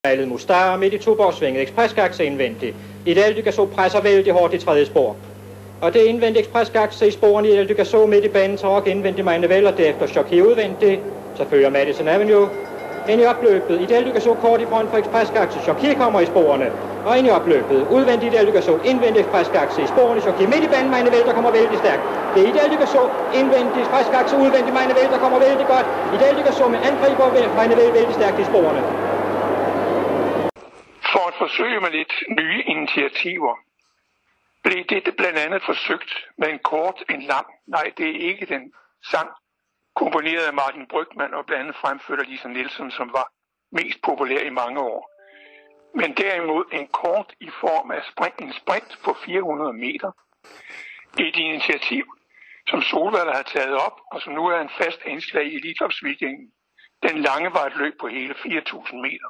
malet Mustar midt i Tuborgsvinget, ekspresskakse indvendigt. I det Ducasso presser vældig hårdt i tredje spor. Og det indvendige ekspresskakse i sporene i Ducasso midt i banen tråk indvendigt Magnevelle og derefter Choquet udvendigt. Så følger Madison Avenue ind i opløbet. I det Ducasso kort i front for ekspresskakse. Choquet kommer i sporene og ind i opløbet. Udvendigt i det Ducasso, indvendigt ekspresskakse i sporene. Choquet midt i banen, Magnevelle der kommer vældig stærkt. Det er i det Ducasso, indvendigt ekspresskakse, udvendigt Magnevelle der kommer vældig godt. I det Ducasso med angriber Magnevelle vældig stærkt i sporene. For at forsøge med lidt nye initiativer, blev dette blandt andet forsøgt med en kort, en lang, nej det er ikke den sang, komponeret af Martin Brygmann og blandt andet fremført af Lisa Nielsen, som var mest populær i mange år. Men derimod en kort i form af en sprint på 400 meter. Et initiativ, som Solvalla har taget op, og som nu er en fast indslag i Elitloppsweekenden. Den lange var et løb på hele 4.000 meter.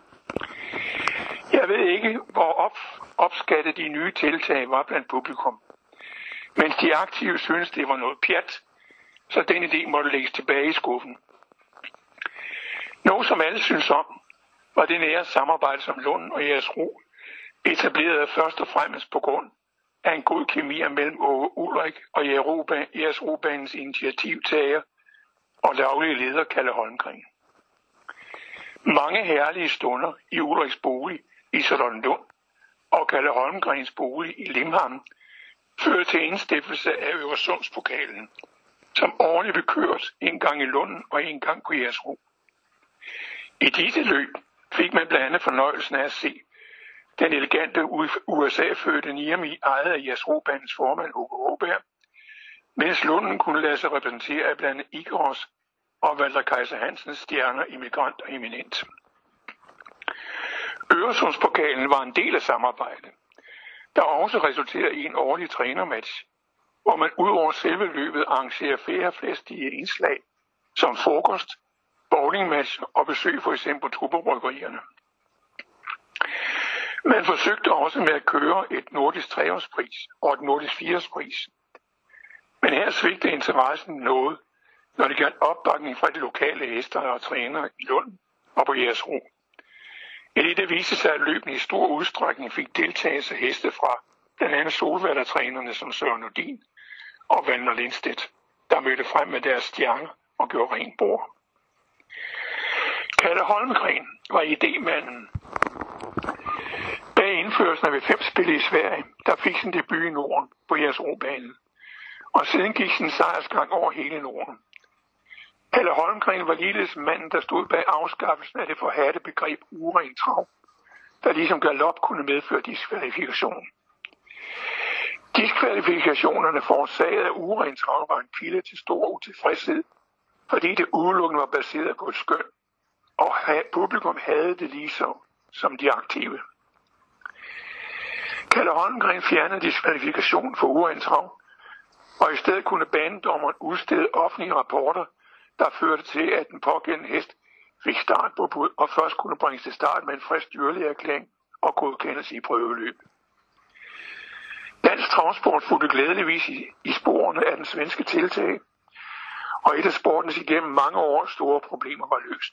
Jeg ved ikke, hvor opskattet de nye tiltag var blandt publikum. Mens de aktive synes det var noget pjat, så den idé måtte lægges tilbage i skuffen. Noget, som alle synes om, var det nære samarbejde, som Lund og Jeresro etablerede først og fremmest på grund af en god kemi mellem Åge Ulrik og Jeresrobanens initiativtager og daglige leder Kalle Holmgren. Mange herlige stunder i Ulriks bolig i Charlottenlund og Kalle Holmgrens bolig i Limhamn førte til indstiftelse af Øresundspokalen, som årligt blev kørt en gang i Lunden og en gang på Jeresro. I disse løb fik man blandt andet fornøjelsen af at se den elegante USA-fødte Niami ejet af Jeresrobanens formand Hugo Åberg, mens Lunden kunne lade sig repræsentere af blandt andet Ikaros og Walter Kaiser Hansens stjerner Immigrant og Eminent. Øresundspokalen var en del af samarbejdet, der også resulterede i en årlig trænermatch, hvor man ud over selve løbet arrangerer færreflæstige indslag som frokost, bowlingmatch og besøg for eksempel på Tuborg-bryggerierne. Man forsøgte også med at køre et nordisk treårspris og et nordisk fireårspris. Men her svigtede interessen noget, når det gjaldt opbakning fra de lokale hester og trænere i Lund og på Jeresro. Det viste sig, at løbene i stor udstrækning fik deltagelse af heste fra blandt andet Solvalla-trænerne som Søren Nordin og Valner Lindstedt, der mødte frem med deres stjerner og gjorde rent bord. Kalle Holmgren var idémanden bag indførelsen af V5-spillet i Sverige, der fik sin debut i Norden på Jeresrobanen, og siden gik sin sejrsgang over hele Norden. Kalle Holmgren var ligeledes manden, der stod bag afskaffelsen af det forhadte begreb uren trav, der ligesom galop kunne medføre diskvalifikation. Diskvalifikationerne forårsaget af uren trav var en kilde til stor utilfredshed, fordi det udelukkende var baseret på et skøn, og publikum havde det lige som de aktive. Kalle Holmgren fjernede diskvalifikation for uren trav, og i stedet kunne banedommeren udstede offentlige rapporter, der førte til, at den pågældende hest fik startpåbud og først kunne bringes til start med en frisk dyrlægeerklæring og godkendelse i prøveløb. Dansk travsport fulgte glædeligvis i sporene af den svenske tiltag, og et af sportens igennem mange år store problemer var løst.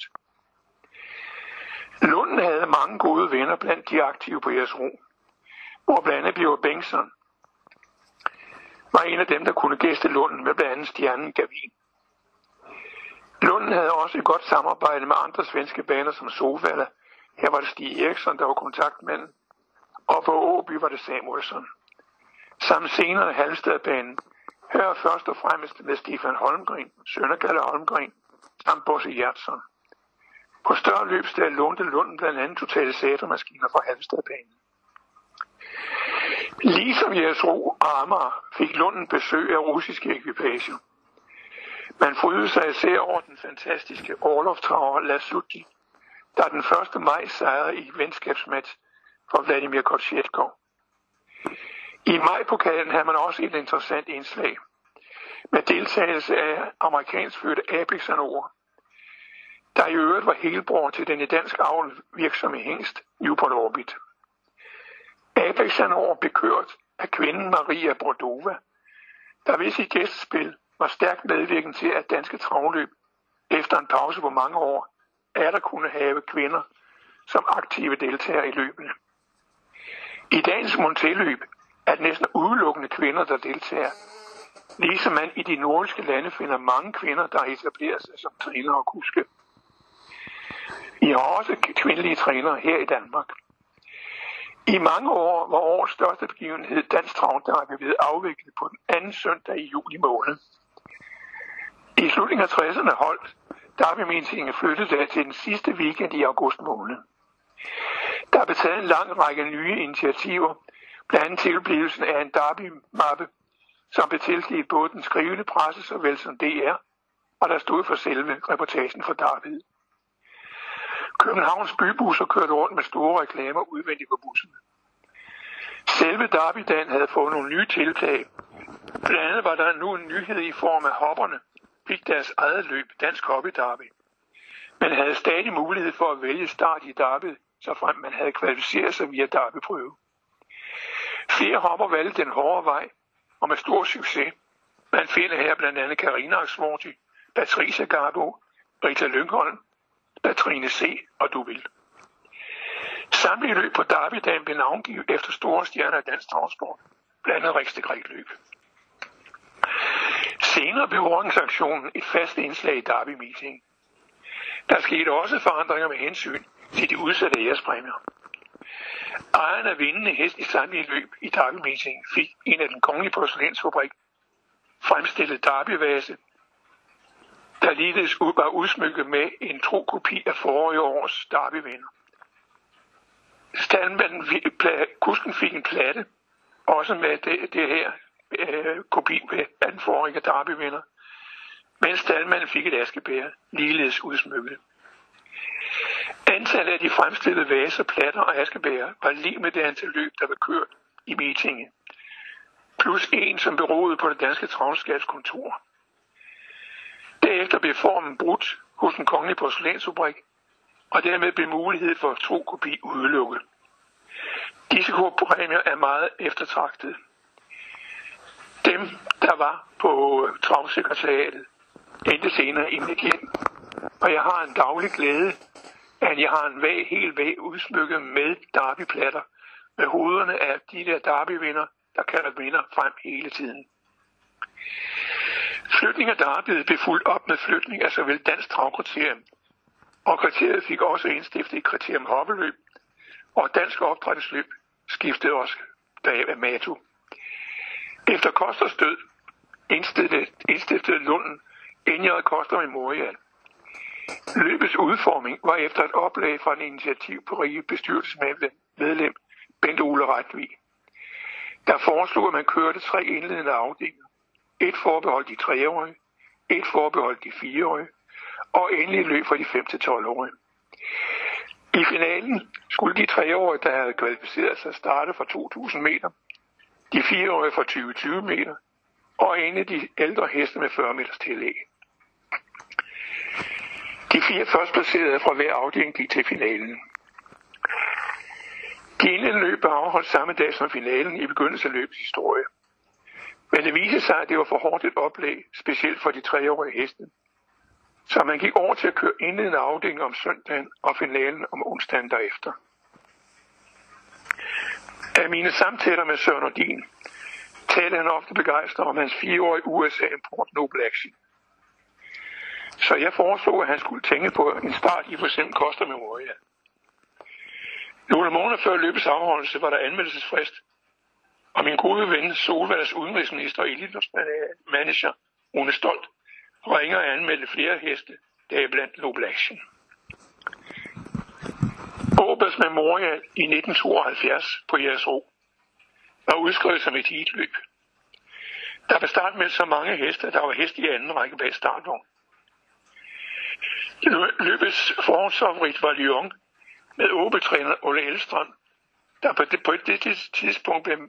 Lunden havde mange gode venner blandt de aktive på Jeresro, hvor blandt andet Bjørn Bengtsson var en af dem, der kunne gæste Lunden med blandt andet stjernen Gavin. Lunden havde også et godt samarbejde med andre svenske baner som Solvalla. Her var det Stig Eriksson, der var kontaktmanden, og på Åby var det Samuelsson. Samt senere Halmstadbanen, her først og fremmest med Stefan Holmgren, søn af Kalle Holmgren, samt Bosse Gjertsson. På større løbsdag lånte Lunden blandt andet totalisatormaskiner fra Halmstadbanen. Ligesom Jeresro og Amager fik Lunden besøg af russiske ekvipager. Man frydede sig især over den fantastiske orlovstraver Lasutji, der den 1. maj sejrede i venskabsmatch for Vladimir Kotsjetkov. I majpokalen havde man også et interessant indslag med deltagelse af amerikansk fødte Apex Anoa, der i øvrigt var helbror til den i dansk avl virksomme hængst Newport Orbit. Apex Anoa blev kørt af kvinden Maria Bordova, der ved sit gæstespil var stærkt medvirkende til, at danske travløb efter en pause på mange år der kunne have kvinder som aktive deltagere i løbene. I dagens Monté-løb er det næsten udelukkende kvinder, der deltager, ligesom man i de nordiske lande finder mange kvinder, der etablerer sig som trænere og kuske. I har også kvindelige trænere her i Danmark. I mange år var årets største begivenhed Dansk Travderby blevet afviklet på den anden søndag i juli måned. I slutningen af 60'erne holdt derbymeetingen flyttet til den sidste weekend i august måned. Der er blevet taget en lang række nye initiativer, blandt andet tilblivelsen af en derby-mappe, som blev tilgivet både den skrivende presse såvel som DR, og der stod for selve reportagen for derbyet. Københavns bybusser kørte rundt med store reklamer udvendigt på busserne. Selve derbydagen havde fået nogle nye tiltag. Blandt andet var der nu en nyhed i form af hopperne fik deres eget løb, Dansk Hobby Derby, men havde stadig mulighed for at vælge start i derbyet, såfremt man havde kvalificeret sig via derbyprøve. Flere hopper valgte den hårde vej, og med stor succes. Man finder her blandt andet Karina Aksvorti, Patricia Garbo, Rita Lyngholm, Katrine C. og Duvil. Samtlige løb på derbydagen blev navngivet efter store stjerner af dansk travsport, blandt andet Riksdag løb. Senere blev organisationsaktionen et fast indslag i derby-meeting. Der skete også forandringer med hensyn til de udsatte ærespræmier. Ejeren af vindende hest i samtlige løb i derby-meeting fik en af den kongelige porcelænsfabrik fremstillet derbyvase, der ligeledes var udsmykket med en tro kopi af forrige års derbyvinder. Kusken fik en platte, også med det her kopi af den forrige derbyvinder, mens staldmanden fik et askebær, ligeledes udsmykket. Antallet af de fremstillede vaser, platter og askebærer var lige med det antal løb, der var kørt i meetingen, plus en, som beroede på det danske travskabskontor. Derefter blev formen brudt hos den kongelige porcelænsfabrik, og dermed blev mulighed for tro kopi udelukket. Disse præmier er meget eftertragtede. Dem, der var på travsekretariatet, endte senere ind igen, og jeg har en daglig glæde, at jeg har en helt væg udsmykket med derbyplatter, med hovederne af de der derbyvinder, der kalder vinder frem hele tiden. Flytning af derbyet blev fulgt op med flytning af såvel dansk travkriterium, og kriteriet fik også indstiftet et kriterium hoppeløb, og dansk opdrætteløb skiftede også af Mato. Efter Kosters død indstiftede Lunden NJ Koster Memorial. Løbets udformning var efter et oplag fra en initiativ på Rige bestyrelsesmedlem Bent Ole Retvig, der foreslog, at man kørte 3 indledende afdelinger. Et forbeholdt de 3-årige, et forbeholdt de 4-årige, og endelig løb for de 5-12-årige. I finalen skulle de 3-årige, der havde kvalificeret sig, starte fra 2.000 meter, de 4-årige fra 20 meter, og endelig de ældre heste med 40 meters tillæg. De 4 førstplacerede fra hver afdeling gik til finalen. De indledende løb blev afholdt samme dag som finalen i begyndelsen af løbets historie. Men det viste sig, at det var for hårdt et oplæg, specielt for de 3-årige heste. Så man gik over til at køre indledende afdeling om søndagen og finalen om onsdagen derefter. Af mine samtaler med Søren Nordin talte han ofte begejstret om hans 4-årige USA-import Noble Action. Så jeg foreslog, at han skulle tænke på en start i f.eks. Costa Memoria. Nogle måneder før løbets afholdelse var der anmeldelsesfrist, og min gode ven Solvalds udenrigsminister og elitmanager Rune Stolt ringer og anmeldte flere heste, deriblandt Noble Action. Åbers Memorial i 1972 på Jersro var udskrevet som et heatløb. Der blev startmeldt så mange heste, at der var heste i anden række bag startvogn. Løbets forhåndsfavorit var Lyon med OB-træner Olle Elstrand, der på det tidspunkt blev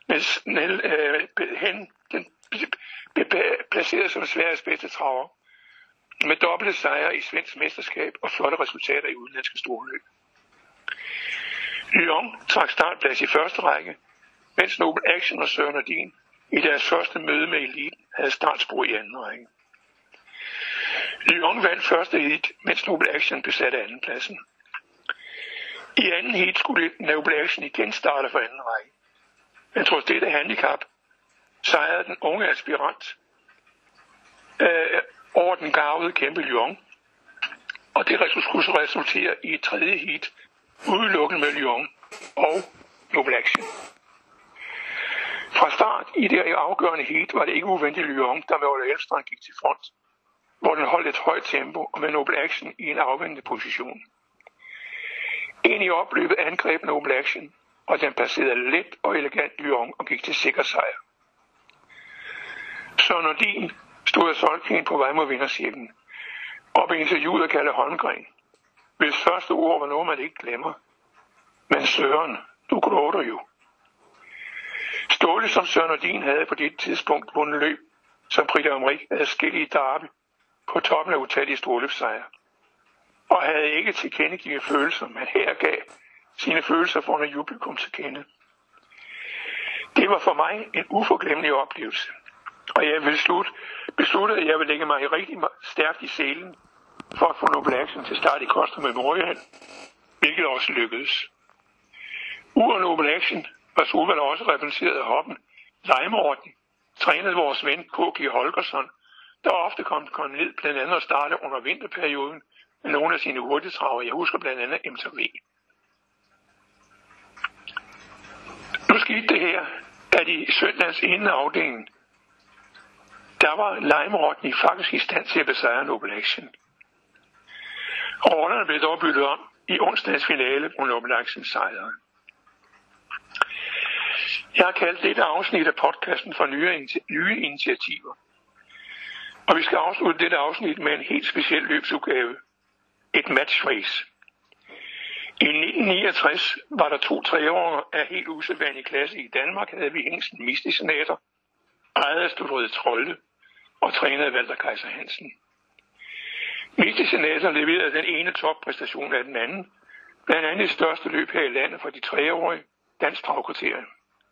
placeret som Sveriges bedste traver, med dobbelte sejre i svensk mesterskab og flotte resultater i udenlandske storløb. Lyon trak startplads i første række, mens Noble Action og Søren Nordin i deres første møde med eliten havde startspor i anden række. Lyon vandt første heat, mens Noble Action besatte andenpladsen. I anden heat skulle Noble Action igen starte for anden række. Men trods dette handicap sejrede den unge aspirant over den garvede kæmpe Lyon. Og det skulle så resultere i et tredje heat, udelukkende med Lyon og Noble Action. Fra start i det afgørende heat var det ikke uventet Lyon, der med Olle Elfstrand gik til front, hvor den holdt et højt tempo og med Noble Action i en afventende position. Ind i opløbet angreb Noble Action, og den passerede let og elegant Lyon og gik til sikker sejr. Søren Nordin stod af solkæden på vej mod vindercirklen, og blev interviewet af Kalle Holmgren, hvis første ord var noget, man ikke glemmer. Men Søren, du gråter jo. Ståle som Søren Nordin havde på det tidspunkt vundet løb, som Prix d'Amérique havde adskillige Derby på toppen af utallige storløbssejre, og havde ikke tilkendegivet følelser, men her gav sine følelser for en publikum til kende. Det var for mig en uforglemmelig oplevelse, og jeg besluttede, at jeg ville lægge mig rigtig stærkt i selen for at få Noble Action til start i Costa Memorial, hvilket også lykkedes. Ur Noble Action var Solvald også repræsenteret af hoppen Leimerorten, trænede vores ven K.G. Holgersson, der ofte kom ned blandt andet at starte under vinterperioden med nogle af sine hurtigtraver. Jeg husker blandt andet MTV. Nu skete det her, at i søndagens inden afdelingen, der var Leimerorten faktisk i stand til at besejre Noble Action. Rollerne blev dog byttet om i onsdagens finale, hvor Noble Action sejrede. Jeg har kaldt dette afsnit af podcasten for nye initiativer. Og vi skal afslutte dette afsnit med en helt speciel løbsudgave. Et matchrace. I 1969 var der 2 3-årige af helt usædvanlig klasse i Danmark, havde vi hængsten Mistisenator, ejet af Studrøde Trolde og trænet af Walter Kaiser Hansen. Mistisenator leverede den ene toppræstation af den anden, blandt andet det største løb her i landet for de 3-årige, Dansk Travkvarter.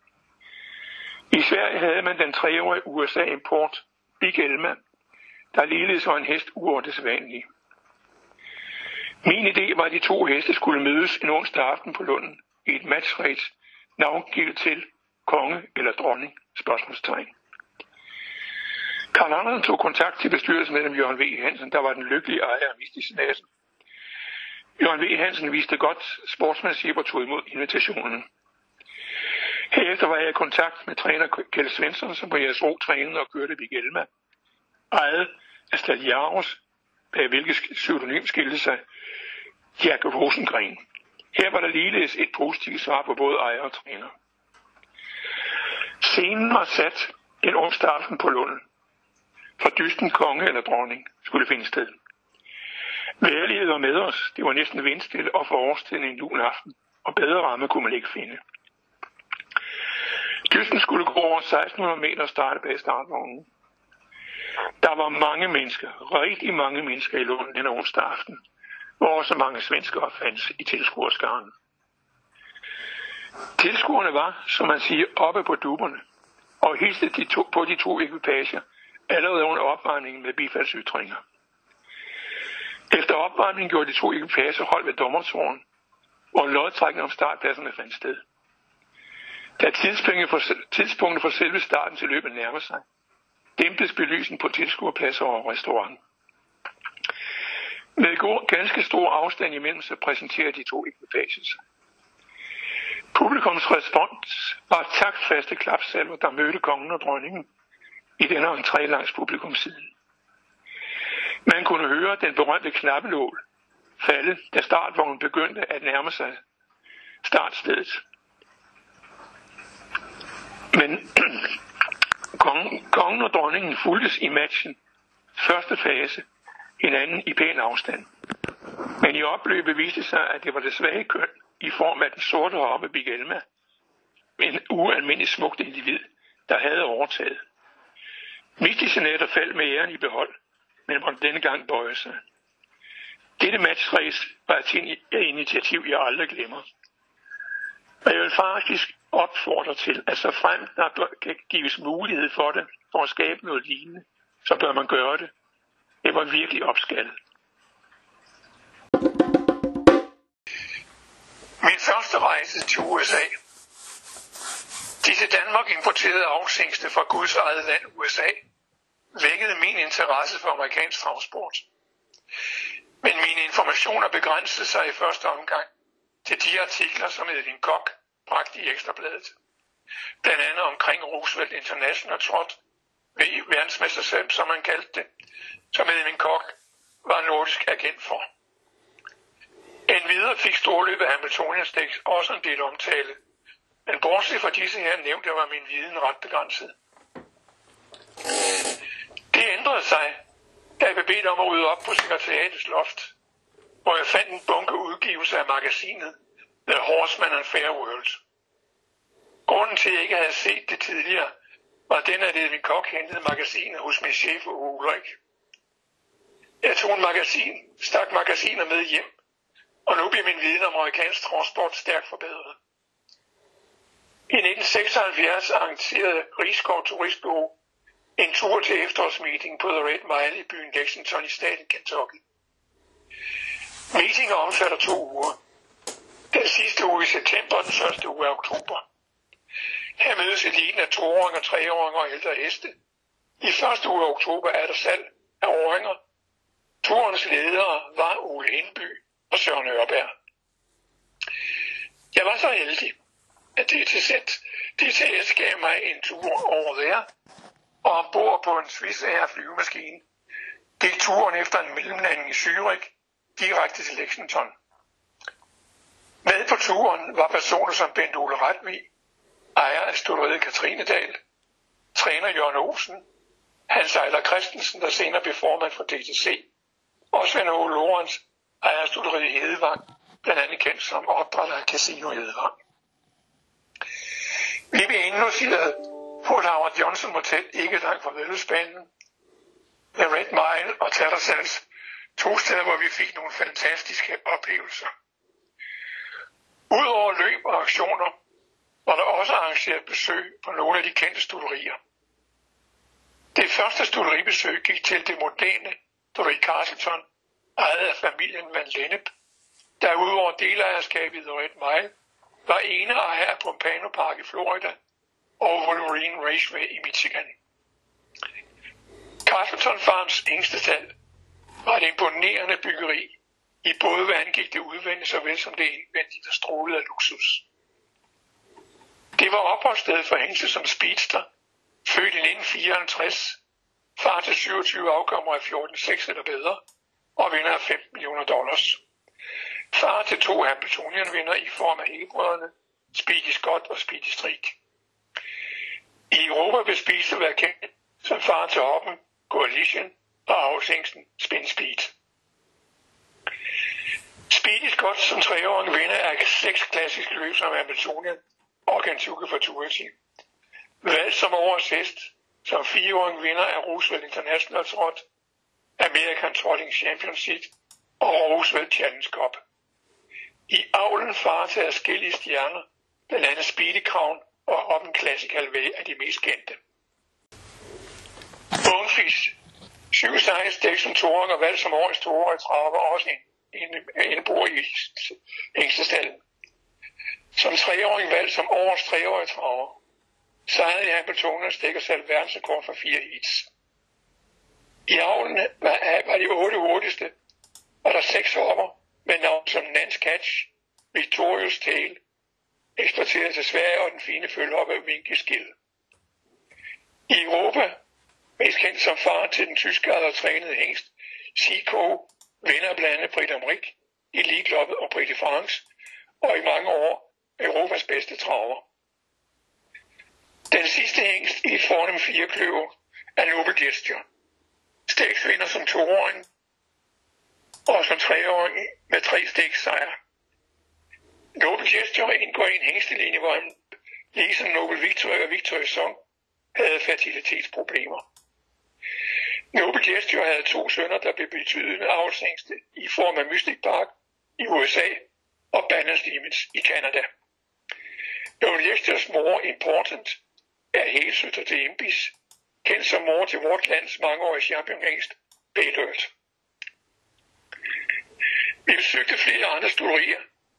I Sverige havde man den 3-årige USA-import Big Elma, der ligeledes var en hest uover det sædvanlige. Min idé var, at de 2 heste skulle mødes en onsdag aften på Lunden i et matchrace, navngivet til konge eller dronning, spørgsmålstegn. Karl Andersen tog kontakt til bestyrelsesmedlem Jørgen V. Hansen, der var den lykkelige ejer af Mistisenator. Jørgen V. Hansen viste godt sportsmanship og tog imod invitationen. Herefter var jeg i kontakt med træner Kjeld Svensson, som på Jägersro trænede og kørte Big Elma, ejet af Stad Jaros, bag hvilket pseudonym skilte sig Jakob Rosengren. Her var der ligeledes et positivt svar på både ejer og træner. Scenen var sat en onsdag aften på Lunden, for dysten konge eller dronning skulle finde sted. Vejrlighed var med os, det var næsten vindstille og for årstiden en lun aften, og bedre ramme kunne man ikke finde. Dysten skulle gå over 1600 meter og starte bag startvognen. Der var mange mennesker, rigtig mange mennesker i Lunden den onsdag aften, hvor også mange svenskere fandtes i tilskuerskaren. Tilskuerne var, som man siger, oppe på dupperne, og hilste på de 2 ekvipager allerede under opvarmningen med bifaldsytringer. Efter opvarmningen gjorde de 2 ekvipager hold ved dommertårnen, hvor lodtrækning om startpladserne fandt sted. Da tidspunktet for selve starten til løbet nærmer sig, dæmpes belysen på tilskuerpladser og restaurant. Med ganske stor afstand imellem sig præsenterer de 2 ekvipager sig. Publikums respons var taktfaste klapsalver, der mødte kongen og dronningen i denne entré langs publikumssiden. Man kunne høre den berømte knappelål falde, da startvognen begyndte at nærme sig startstedet. Men kongen og dronningen fulgtes i matchen første fase hinanden i pæn afstand. Men i opløbet viste sig, at det var det svage køn i form af den sorte hoppe Big Elma, en ualmindelig smukt individ, der havde overtaget. Mistisenator faldt med æren i behold, men måtte denne gang bøje sig. Dette matchrace var et initiativ, jeg aldrig glemmer. Og jeg vil faktisk opfordre til, at så frem der kan gives mulighed for det, for at skabe noget lignende, så bør man gøre det. Det var virkelig opskaldet. Min første rejse til USA. De til Danmark importerede afsingste fra Guds eget land, USA, vækkede min interesse for amerikansk travsport. Men mine informationer begrænsede sig i første omgang til de artikler, som Edwin Koch bragte i Ekstrabladet. Blandt andet omkring Roosevelt International Trot ved verdensmesterskab, som man kaldte det, som Edwin Koch var nordisk agent for. Endvidere fik storløbet Hamiltonian Stakes også en del omtale, men bortset fra disse her nævnte, var min viden ret begrænset. Det ændrede sig, da jeg blev bedt om at rydde op på sekretariatets loft, hvor jeg fandt en bunke udgivelse af magasinet The Horseman and Fair World. Grunden til, at jeg ikke havde set det tidligere, var den, at Edwin Koch hentede magasinet hos min chef Ulrik. Jeg tog stak magasiner med hjem, og nu bliver min viden om amerikansk transport stærkt forbedret. I 1976 arrangerede Rigskov Turistbureau en tur til efterårsmeeting på The Red Mile i byen Lexington i staten Kentucky. Meetingen omfatter 2 uger. Den sidste uge i september og den første uge af oktober. Her mødes eliten af 2-åringer, 3-åringer og ældre heste. I første uge af oktober er der salg af åringer. Turens ledere var Ole Hindby og Søren Ørberg. Jeg var så heldig, at DTS gav mig en tur over der, og ombord på en Swiss Air flyvemaskine gik turen efter en mellemlanding i Zürich direkte til Lexington. Med på turen var personer som Bent Ole Retvig, ejer af stutteriet Katrinedal, træner Jørgen Olsen, Hans Ejler Christensen, der senere blev formand for DTC, og Svend Aage Lorenz, ejer af stutteriet Hedevang, blandt andet kendt som opdrætter af Casino Hedevang. Vi blev indlogeret på et Howard Johnson Motel ikke langt fra Væddeløbsbanen, med Red Mile og Tattersals, 2 steder, hvor vi fik nogle fantastiske oplevelser. Udover løb og aktioner, var der også arrangeret besøg på nogle af de kendte stutterier. Det første stutteribesøg gik til det moderne stutteri Castleton, ejet af familien Van Lennep, der udover delejerskabet i The Red Mile, var ene ejer af Pompano Park i Florida og Wolverine Raceway i Michigan. Castleton Farms hængstestald var et imponerende byggeri, i både hvad angik det udvendige, såvel som det indvendige, der strålede af luksus. Det var opholdssted for hængste som Speedster, født i 1954, far til 27 afkommer af 14,6 eller bedre, og vinder af $5 millioner. Far til 2 Hamiltonian-vinder i form af helbrødrene Speedy Scott og Speedy Streak. I Europa blev Speedster været kendt som far til hoppen Coalition og afhængsten Spin Speed. Speedy Scott som 3-årig vinder af 6 klassiske løb som Hamiltonian og Kentucky Futurity. Valgt som årets hest, som 4-årig vinder af Roosevelt International Trot, American Trotting Championship og Roosevelt Challenge Cup. I avlen far til adskillige stjerner, blandt andet Speedy Crown og Hoppen Classic Halvé er de mest kendte. Bonefish, 7 sejre stik som 2-årig og valgt som årets 2-årige traver, også en bor i hængstestallen. Som 3-årig valgt som årets 3-årige traver, sejrede i Hamiltonian stik og satte verdensrekord for 4 heats. I avlen var de 8 hurtigste, og der 6 hopper med navn som Nance Catch, Victorious Tale, eksporteret til Sverige og den fine følgehoppe Winky Skill. I Europa, mest kendt som far til den tyske trænede hængst, Zico, vinder blandt andet Prix d'Amérique, Elite-loppet og Prix de France, og i mange år Europas bedste traver. Den sidste hængst i et fornem 4-kløver er Noble Gesture. Stakesvinder som 2-åring og som 3-åring med 3 stakssejre. Noble Gesture indgår i en hængstelinje, hvor han, ligesom Noble Victory og Victory Song, havde fertilitetsproblemer. Noble Gesture havde 2 sønner, der blev betydende avlshængste i form af Mystic Park i USA og Banners Limits i Canada. Noble Gestures mor Important er helsøster til Impis, kendt som mor til vort lands mangeårige championhængst, Baylert. Vi besøgte flere andre stutterier,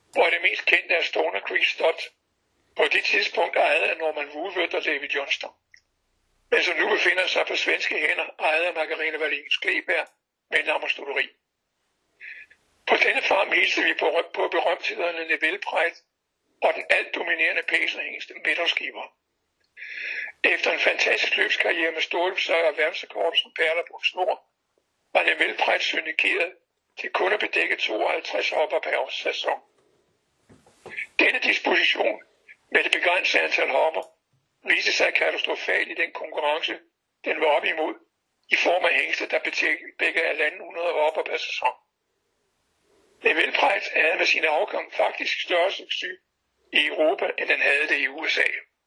hvor det mest kendte er Stoner Creek Stud, på det tidspunkt ejet af Norman Woolworth og David Johnston, men som nu befinder sig på svenske hænder, ejet af Margarine Wallin Skleberg med nammerstuderi. På denne farm hilste vi på berømthederne Neville Pride og den alt dominerende pæserhængste Meadowskeeper. Efter en fantastisk løbskarriere med store besøg og verdensrekorder som perler på snor, var Neville Pride syndikeret til kun at bedække 52 hopper per sæson. Denne disposition med det begrænsede antal hopper viste sig katastrofalt i den konkurrence, den var op imod, i form af hængste, der begge af 1.100 hopper per sæson. Neville Pride havde med sin afgang faktisk større succes i Europa, end den havde det i USA.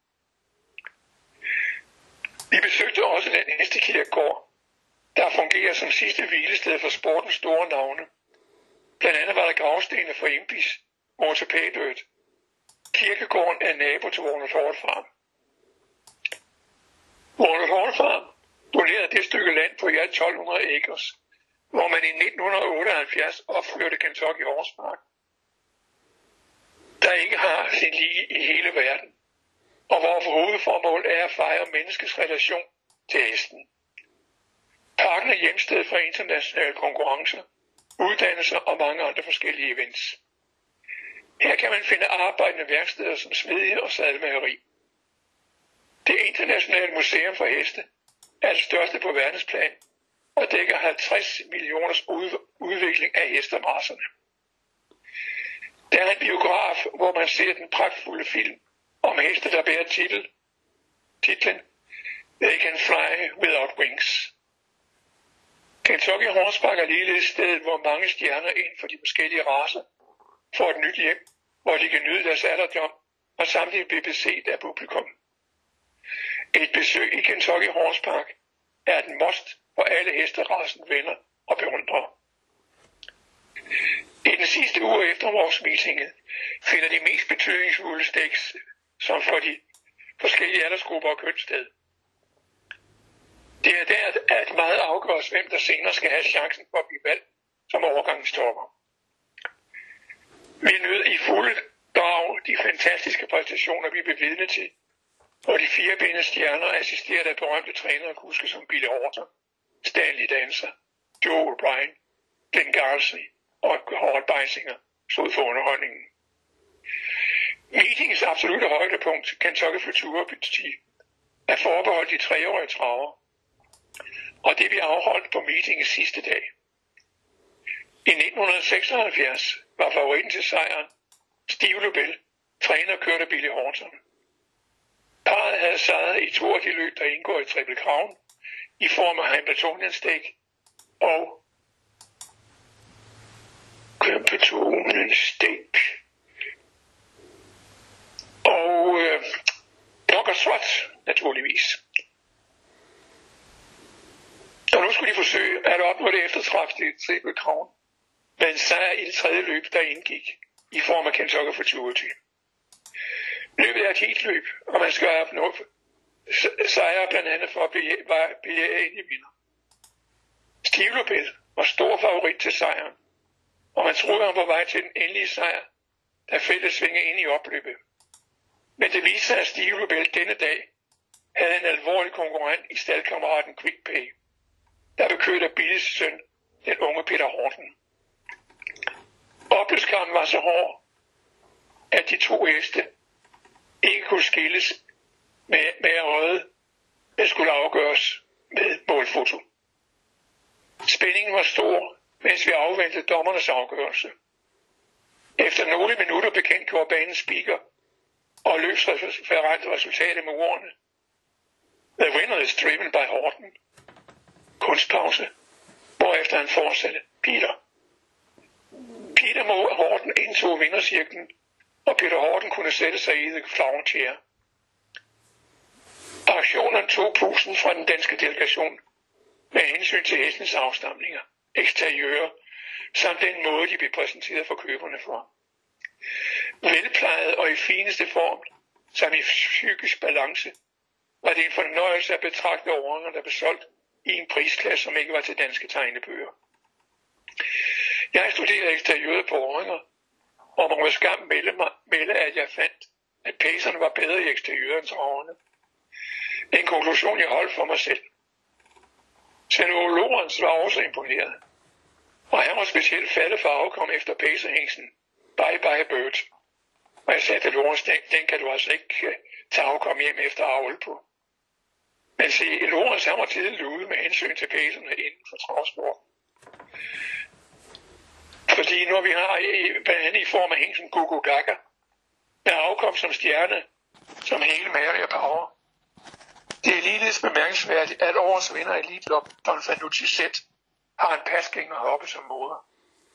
Vi besøgte også den Estekirkegård, der fungerer som sidste hvilested for sportens store navne. Blandt andet var der gravstene for Impis, ortopædød. Kirkegården er nabo til Walnut Hall Farm. Walnut Hall Farm donerede det stykke land på i alt 1200 acres, hvor man i 1978 opførte Kentucky Horse Park, der ikke har sin lige i hele verden, og hvor hovedformål er at fejre menneskets relation til hesten. Parken er hjemsted for internationale konkurrencer, uddannelser og mange andre forskellige events. Her kan man finde arbejdende værksteder som smedje og sadelmageri. Det internationale museum for heste er det største på verdensplan og dækker 50 millioners udvikling af hesterasserne. Der er en biograf, hvor man ser den pragtfulde film om heste, der bærer titlen They Can Fly Without Wings. Kentucky Horsepark er ligeledes stedet, hvor mange stjerner inden for de forskellige racer får et nyt hjem, hvor de kan nyde deres alderdom og samtidig blive beset af publikum. Et besøg i Kentucky Horsepark er et must for alle hesterassen venner og beundrere. I den sidste uge efter efterårsmeetinget finder de mest betydningsfulde stæks, som for de forskellige aldersgrupper og køn sted. Det er der, at meget afgøres, hvem der senere skal have chancen for at blive valgt som overgangstopper. Vi nød i fuld drag de fantastiske præstationer, vi blev vidne til, hvor de 4-benede stjerner assisteret af berømte trænere og kuske som Billy Horton, Stanley Dancer, Joe O'Brien, Glenn Garsley og Howard Beisinger stod for underholdningen. Meetingens absolutte højdepunkt, Kentucky Futurity, er forbeholdt de 3-årige traver, og det vi afholdt på meetingens sidste dag. I 1976 var favoritten til sejren Steve Lobel, træner kørte Billy Horton. Parret havde sejret i 2 af de løb, der indgår i Triple Crown, i form af Hambletonian Stake og Hambletonian Stake og Dogger Swat, naturligvis. Og nu skulle de forsøge at opnå det eftertragtede Triple Crown med en sejr i det 3. løb, der indgik i form af Kentucky Futurity. Løbet er et heatløb, og man skal opnå sejre blandt andet for at blive en vinder. Steve Lobel var stor favorit til sejren, og man troede, han var vej til den endelige sejr, da feltet svingede ind i opløbet. Men det viste sig, at Steve Lobel denne dag havde en alvorlig konkurrent i staldkammeraten Quick Pay, der blev kørt af Billys søn, den unge Peter Horton. Opløbskampen var så hård, at de 2 heste ikke kunne skilles med at røde, det skulle afgøres med målfoto. Spændingen var stor, mens vi afventede dommernes afgørelse. Efter nogle minutter bekendtgjorde banens speaker og løbsreferent resultatet med ordene: The winner is driven by Horton. Kunstpause, hvorefter han fortsatte: Peter Horton indtog vindercirklen, og Peter Horton kunne sætte sig i the flower chair. Aktionen tog pusten fra den danske delegation med hensyn til hestens afstamninger, eksteriører, samt den måde, de blev præsenteret for køberne for. Velplejet og i fineste form, samt i psykisk balance, var det en fornøjelse at betragte årringer, der blev solgt i en prisklasse, som ikke var til danske tegnebøger. Jeg studerede eksteriøret på årringer, og må med skam melde, at jeg fandt, at pacerne var bedre i eksteriøret end traverne. En konklusion, jeg holdt for mig selv. Senator Lorenz var også imponeret, og han var specielt faldet for at afkomme efter pacerhængsen Bye Bye Bird. Og jeg sagde til Lorenz, den kan du altså ikke tage afkomme hjem efter avl på. Men se, Lorenz han var tidligt ude med hensyn til pacerne inden for travsport. Fordi når vi har blandt andet i form af hængsen Gugu Gaga, der afkom som stjerne, som hele Maria Power. Det er ligeledes bemærkelsesværdigt, at årets vinder i Elitlop, Don Fanucci Z, har en pasgænger hoppe som moder.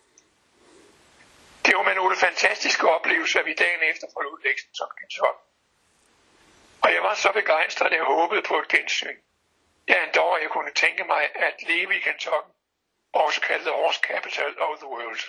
Det var med nogle fantastiske oplevelser, at vi dagen efter forlod Lexington Kentucky. Og jeg var så begejstret, at jeg håbede på et gensyn. Ja, endda jeg kunne tænke mig at leve i Kentucky, også kaldet Horse Capital of the World.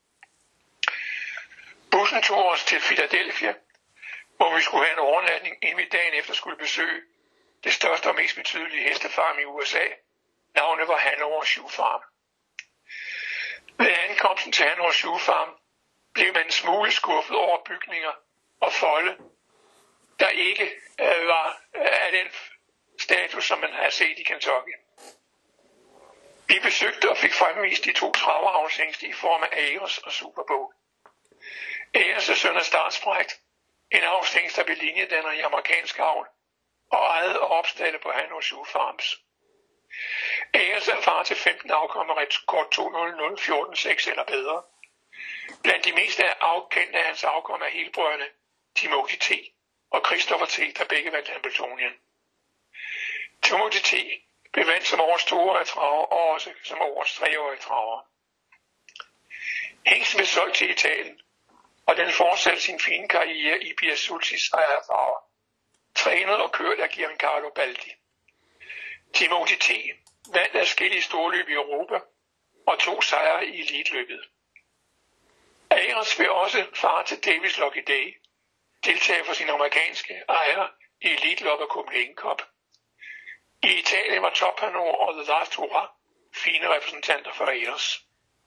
Bussen tog os til Philadelphia, hvor vi skulle have en overnatning, inden vi dagen efter skulle besøge det største og mest betydelige hestefarm i USA. Navnet var Hanover Shoe Farm. Ved ankomsten til Hanover Shoe Farm blev man en smule skuffet over bygninger og folde, der ikke var af den status, som man havde set i Kentucky. Vi besøgte og fik fremvist de 2 traveravlshængste i form af Ayers og Super Bowl. Ayers er søn af Starsprite, en avlshængst, der blev linjedanner i amerikansk avl og ejet og opstallet på Hanover Shoe Farms. Ayers er far til 15 afkommer rekord 200 14-6 eller bedre. Blandt de mest afkendte af hans afkommer er helbrødrene Timothy T. og Christopher T., der begge vandt Hamiltonien. Timothy T. blev vandt som årets 2-årige traver og også som årets 3-årige traver. Hængsten blev solgt til Italien, og den fortsatte sin fine karriere i Biasuccis ejerfarver, trænet og kørt af Giancarlo Baldi. Timothy T. vandt adskillige storløb i Europa og 2 sejre i elitløbet. Ayers blev også far til Davis Lucky Day, deltager for sin amerikanske ejer i Elitlop og Copenhagen Cup. I Italien var Top Hanover og The Last Hurrah fine repræsentanter for Ayers.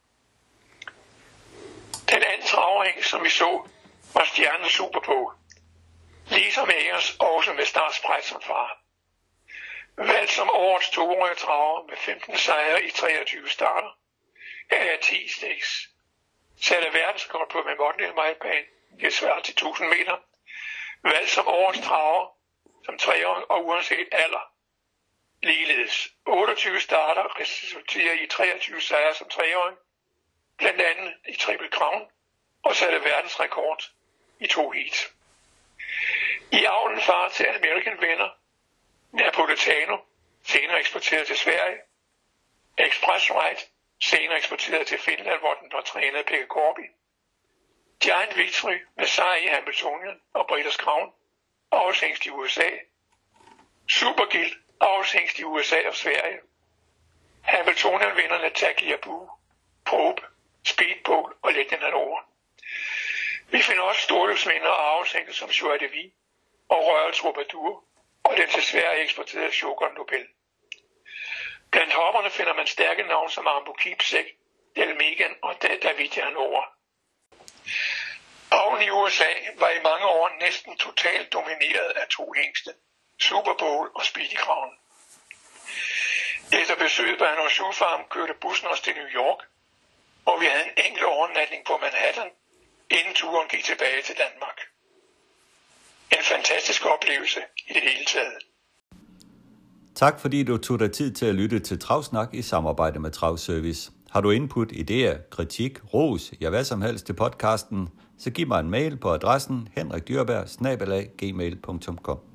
Den anden traverhængst, som vi så, var stjernen Super Bowl. Ligesom Ayers også med Starsprite som far. Valgt som årets 2-årige traver med 15 sejre i 23 starter, er 10 stakes. Satte verdenskort på Memorial Mile-banen, det svarer til 1000 meter. Valgt som årets traver, som 3-årig og uanset alder. Ligeledes 28 starter resulterer i 23 sejre som 3-årig, blandt andet i Triple Crown, og satte verdensrekord i 2 heats. I avlen far til American vinder, Napolitano, senere eksporteret til Sverige, Express Ride, senere eksporteret til Finland, hvor den var trænet Pekka Corby, Giant Victory med sejr i Hamiltonien og Breeders' Crown, avlshængst i USA, Supergilt, avlshængst i USA og Sverige, Hamiltonien-vinderne Tagliabue, Probe, Speedboat og Legend Hanover. Vi finder også storløbsvindere og avlshængste som Joie de Vie og Royal Troubadour og den til Sverige eksporterede Shogun Nobel. Blandt hopperne finder man stærke navne som Armbo Keepsake, Del Megan og David Hanover. Avlen i USA var i mange år næsten totalt domineret af 2 hængste, Super Bowl og Speedy Crown. Efter besøget på Hanover Shoe Farm kørte bussen os til New York, og vi havde en enkelt overnatning på Manhattan, inden turen gik tilbage til Danmark. En fantastisk oplevelse i det hele taget. Tak fordi du tog dig tid til at lytte til Travsnak i samarbejde med Travservice. Har du input, idéer, kritik, ros, ja hvad som helst til podcasten, så giv mig en mail på adressen henrikdyrberg@gmail.com.